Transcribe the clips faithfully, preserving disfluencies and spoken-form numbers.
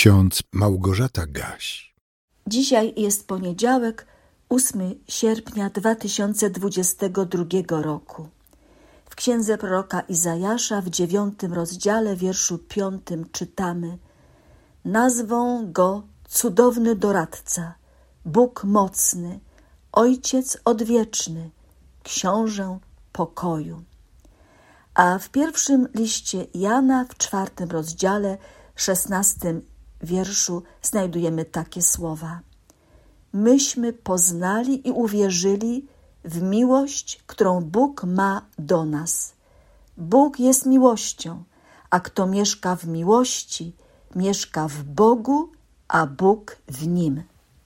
ksiądz Małgorzata Gaś. Dzisiaj jest poniedziałek, ósmego sierpnia dwa tysiące dwudziestego drugiego roku. W księdze proroka Izajasza w dziewiątym rozdziale, wierszu piątym czytamy: Nazwą go cudowny doradca, Bóg mocny, Ojciec odwieczny, Książę pokoju. A w pierwszym liście Jana w czwartym rozdziale, szesnastym wierszu znajdujemy takie słowa: Myśmy poznali i uwierzyli w miłość, którą Bóg ma do nas. Bóg jest miłością, a kto mieszka w miłości, mieszka w Bogu, a Bóg w nim.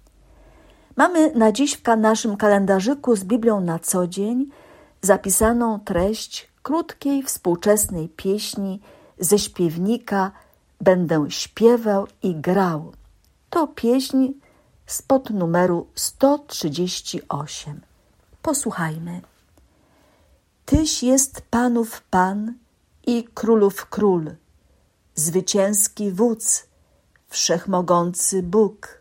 Mamy na dziś w naszym kalendarzyku z Biblią na co dzień zapisaną treść krótkiej, współczesnej pieśni ze śpiewnika Będę śpiewał i grał. To pieśń spod numeru sto trzydzieści osiem. Posłuchajmy. Tyś jest Panów Pan i Królów Król, zwycięski wódz, wszechmogący Bóg.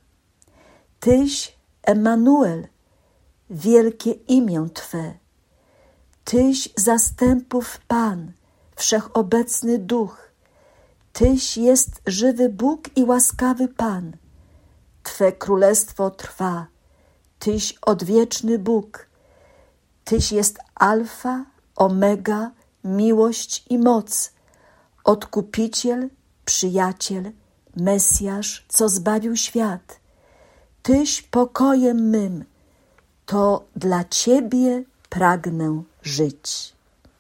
Tyś Emanuel, wielkie imię Twe. Tyś zastępów Pan, wszechobecny Duch. Tyś jest żywy Bóg i łaskawy Pan. Twe królestwo trwa. Tyś odwieczny Bóg. Tyś jest Alfa, Omega, miłość i moc. Odkupiciel, przyjaciel, Mesjasz, co zbawił świat. Tyś pokojem mym. To dla Ciebie pragnę żyć.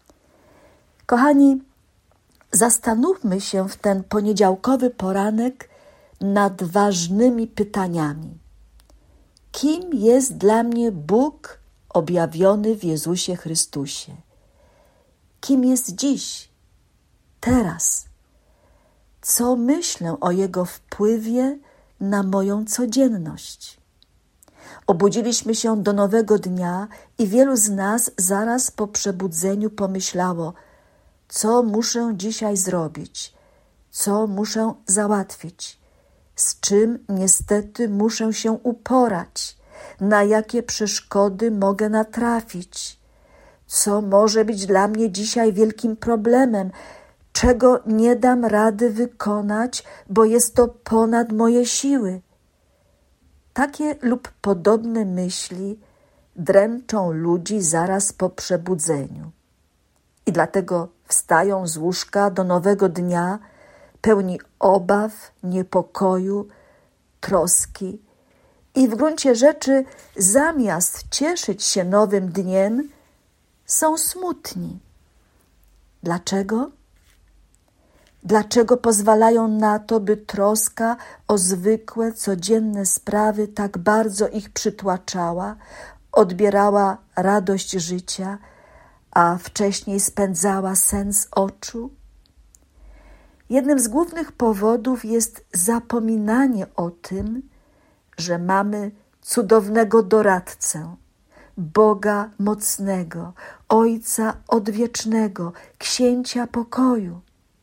Kochani, zastanówmy się w ten poniedziałkowy poranek nad ważnymi pytaniami. Kim jest dla mnie Bóg objawiony w Jezusie Chrystusie? Kim jest dziś, teraz? Co myślę o Jego wpływie na moją codzienność? Obudziliśmy się do nowego dnia i wielu z nas zaraz po przebudzeniu pomyślało: co muszę dzisiaj zrobić, co muszę załatwić, z czym niestety muszę się uporać, na jakie przeszkody mogę natrafić, co może być dla mnie dzisiaj wielkim problemem, czego nie dam rady wykonać, bo jest to ponad moje siły. Takie lub podobne myśli dręczą ludzi zaraz po przebudzeniu. I dlatego wstają z łóżka do nowego dnia pełni obaw, niepokoju, troski i w gruncie rzeczy zamiast cieszyć się nowym dniem, są smutni. Dlaczego? Dlaczego pozwalają na to, by troska o zwykłe, codzienne sprawy tak bardzo ich przytłaczała, odbierała radość życia, a wcześniej spędzała sen z oczu? Jednym z głównych powodów jest zapominanie o tym, że mamy cudownego doradcę, Boga mocnego, Ojca odwiecznego, Księcia pokoju.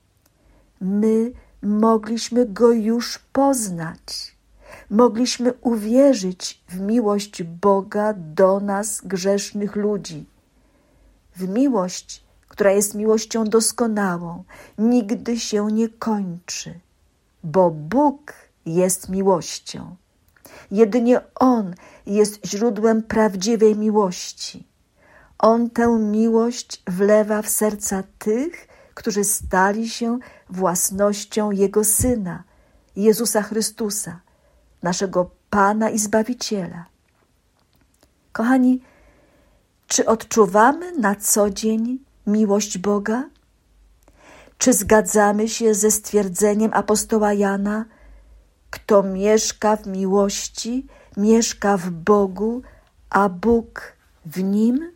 My mogliśmy Go już poznać. Mogliśmy uwierzyć w miłość Boga do nas, grzesznych ludzi. W miłość, która jest miłością doskonałą, nigdy się nie kończy, bo Bóg jest miłością. Jedynie On jest źródłem prawdziwej miłości. On tę miłość wlewa w serca tych, którzy stali się własnością Jego Syna, Jezusa Chrystusa, naszego Pana i Zbawiciela. Kochani, czy odczuwamy na co dzień miłość Boga? Czy zgadzamy się ze stwierdzeniem apostoła Jana: kto mieszka w miłości, mieszka w Bogu, a Bóg w nim?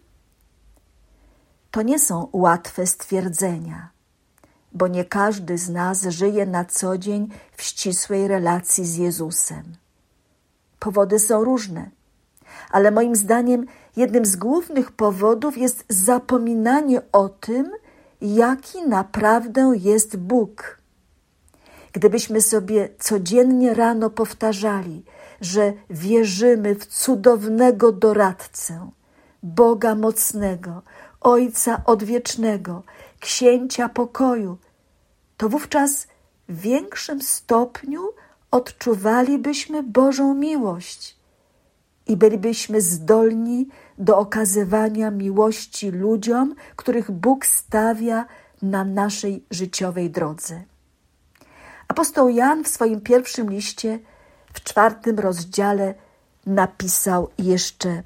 To nie są łatwe stwierdzenia, bo nie każdy z nas żyje na co dzień w ścisłej relacji z Jezusem. Powody są różne, ale moim zdaniem jednym z głównych powodów jest zapominanie o tym, jaki naprawdę jest Bóg. gdybyśmy sobie codziennie rano powtarzali, że wierzymy w cudownego doradcę, Boga mocnego, Ojca odwiecznego, Księcia pokoju, to wówczas w większym stopniu odczuwalibyśmy Bożą miłość i bylibyśmy zdolni do okazywania miłości ludziom, których Bóg stawia na naszej życiowej drodze. Apostoł Jan w swoim pierwszym liście, w czwartym rozdziale, napisał jeszcze: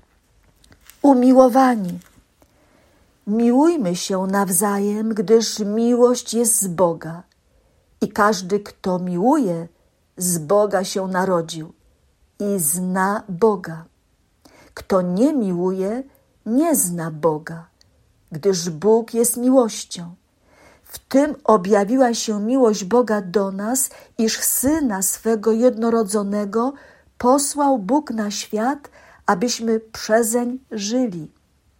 Umiłowani, miłujmy się nawzajem, gdyż miłość jest z Boga. I każdy, kto miłuje, z Boga się narodził i zna Boga. Kto nie miłuje, nie zna Boga, gdyż Bóg jest miłością. W tym objawiła się miłość Boga do nas, iż Syna swego jednorodzonego posłał Bóg na świat, abyśmy przezeń żyli.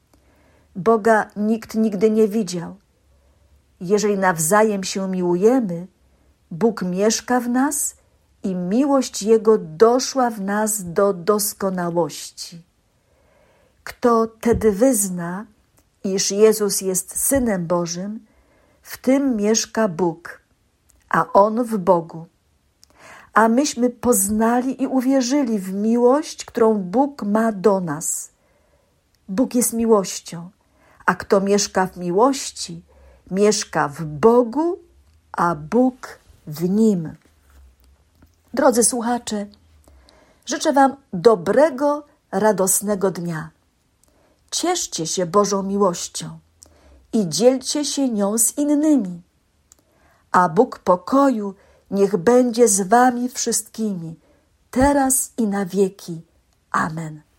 Boga nikt nigdy nie widział. Jeżeli nawzajem się miłujemy, Bóg mieszka w nas i miłość Jego doszła w nas do doskonałości. Kto tedy wyzna, iż Jezus jest Synem Bożym, w tym mieszka Bóg, a On w Bogu. A myśmy poznali i uwierzyli w miłość, którą Bóg ma do nas. Bóg jest miłością, a kto mieszka w miłości, mieszka w Bogu, a Bóg w Nim. Drodzy słuchacze, życzę Wam dobrego, radosnego dnia. Cieszcie się Bożą miłością i dzielcie się nią z innymi. A Bóg pokoju niech będzie z Wami wszystkimi, teraz i na wieki. Amen.